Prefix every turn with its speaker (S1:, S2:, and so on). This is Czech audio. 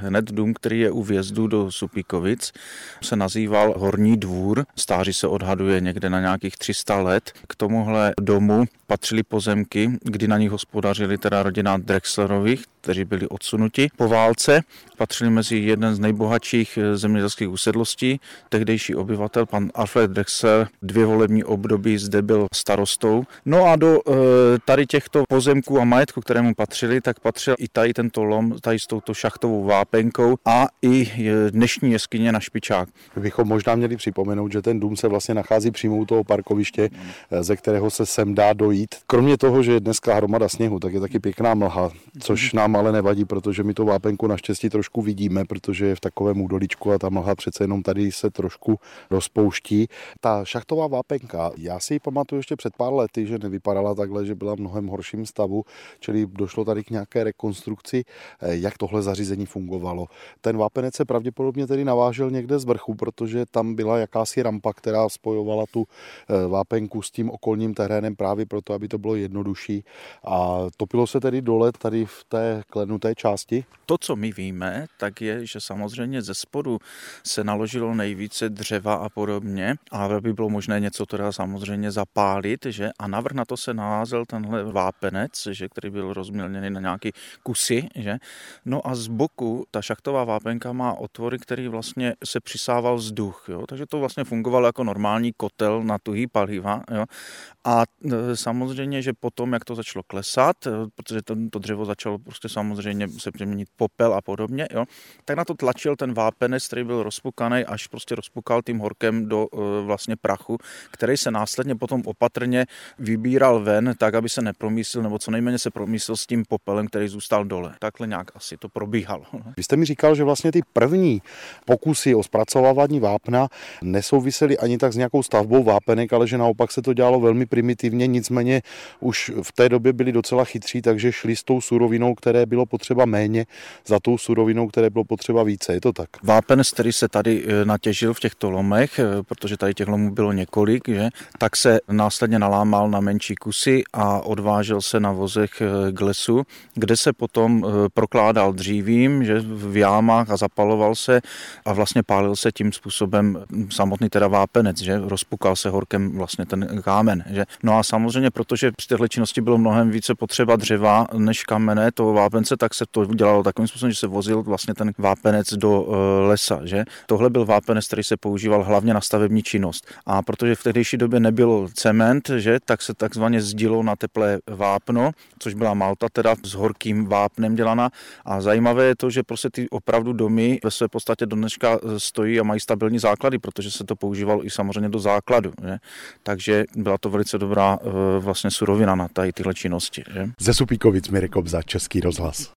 S1: hned dům, který je u vjezdu do Supíkovic, se nazýval Horní dvůr. Stáří se odhaduje někde na nějakých 300 let. K tomuhle domu patřily pozemky, kdy na nich hospodařili teda rodina Drexlerových, kteří byli odsunuti po válce. Patřili mezi jeden z nejbohatších zemědělských usedlostí. Tehdejší obyvatel, pan Alfred Drexler, 2 volební období zde byl starostou. No a do tady těchto pozemků a majetku, kterému patřili, tak patřil i tady tento lom, tady s touto šachtovou vápenkou a i dnešní jeskyně na Špičák.
S2: Bychom možná měli připomenout, že ten dům se vlastně nachází přímo u toho parkoviště, ze kterého se sem dá dojít. Kromě toho, že je dneska hromada sněhu, tak je taky pěkná mlha, což nám ale nevadí, protože my tu vápenku naštěstí trošku vidíme, protože je v takovém údolíčku a ta mlha přece jenom tady se trošku rozpouští. Ta šachtová vápenka, já si ji pamatuju ještě před pár lety, že nevypadala takhle, že byla v mnohem horším stavu, čili došlo tady k nějaké rekonstrukci, jak tohle zařízení fungovalo. Ten vápenec se pravděpodobně tedy navážel někde z vrchu, protože tam byla jakási rampa, která spojovala tu vápenku s tím okolním terénem právě proto, aby to bylo jednodušší. A topilo se tedy dole tady v té klenuté části?
S1: To, co my víme, tak je, že samozřejmě ze spodu se naložilo nejvíce dřeva a podobně, a aby bylo možné něco teda samozřejmě zapálit, že? A navrch na to se naházel tenhle vápenec, že? Který byl rozmělněný na nějaký kusy, že? No a z boku ta šachtová vápenka má otvory, který vlastně se přisával vzduch, jo? Takže to vlastně fungovalo jako normální kotel na tuhý paliva, jo? A samozřejmě, že potom, jak to začalo klesat, protože to dřevo začalo prostě samozřejmě se přeměnit popel a podobně, jo, tak na to tlačil ten vápenec, který byl rozpukaný, až prostě rozpukal tím horkem do vlastně prachu, který se následně potom opatrně vybíral ven, tak, aby se nepromísil, nebo co nejméně se promísil s tím popelem, který zůstal dole. Takhle nějak asi to probíhalo.
S2: Vy jste mi říkal, že vlastně ty první pokusy o zpracovávání vápna nesouvisely ani tak s nějakou stavbou vápenek, ale že naopak se to dělalo velmi primitivně, nicméně už v té době byli docela chytří, takže šli s tou surovinou, které bylo potřeba méně, za tou surovinou, které bylo potřeba více. Je to tak?
S1: Vápenec, který se tady natěžil v těchto lomech, protože tady těch lomů bylo několik, že, tak se následně nalámal na menší kusy a odvážel se na vozech k lesu, kde se potom prokládal dřívím, že v jámách a zapaloval se a vlastně pálil se tím způsobem samotný teda vápenec, že rozpukal se horkem vlastně ten kámen, že. No a samozřejmě, protože při téhle činnosti bylo mnohem více potřeba dřeva než kamene toho vápence, tak se to dělalo takovým způsobem, že se vozil vlastně ten vápenec do lesa, že. Tohle byl vápenec, který se používal hlavně na stavební činnost. A protože v tehdejší době nebyl cement, že, tak se takzvaně zdilo na teplé vápno, což byla malta teda s horkým vápnem dělaná. A zajímavé je to, že prostě ty opravdu domy ve své podstatě do dneška stojí a mají stabilní základy, protože se to používalo i samozřejmě do základu, že. Takže byla to velice dobrá vlastně surovina na tady tyhle činnosti, že.
S2: Ze Supíkovic Mirek Kobza, Český rozhlas.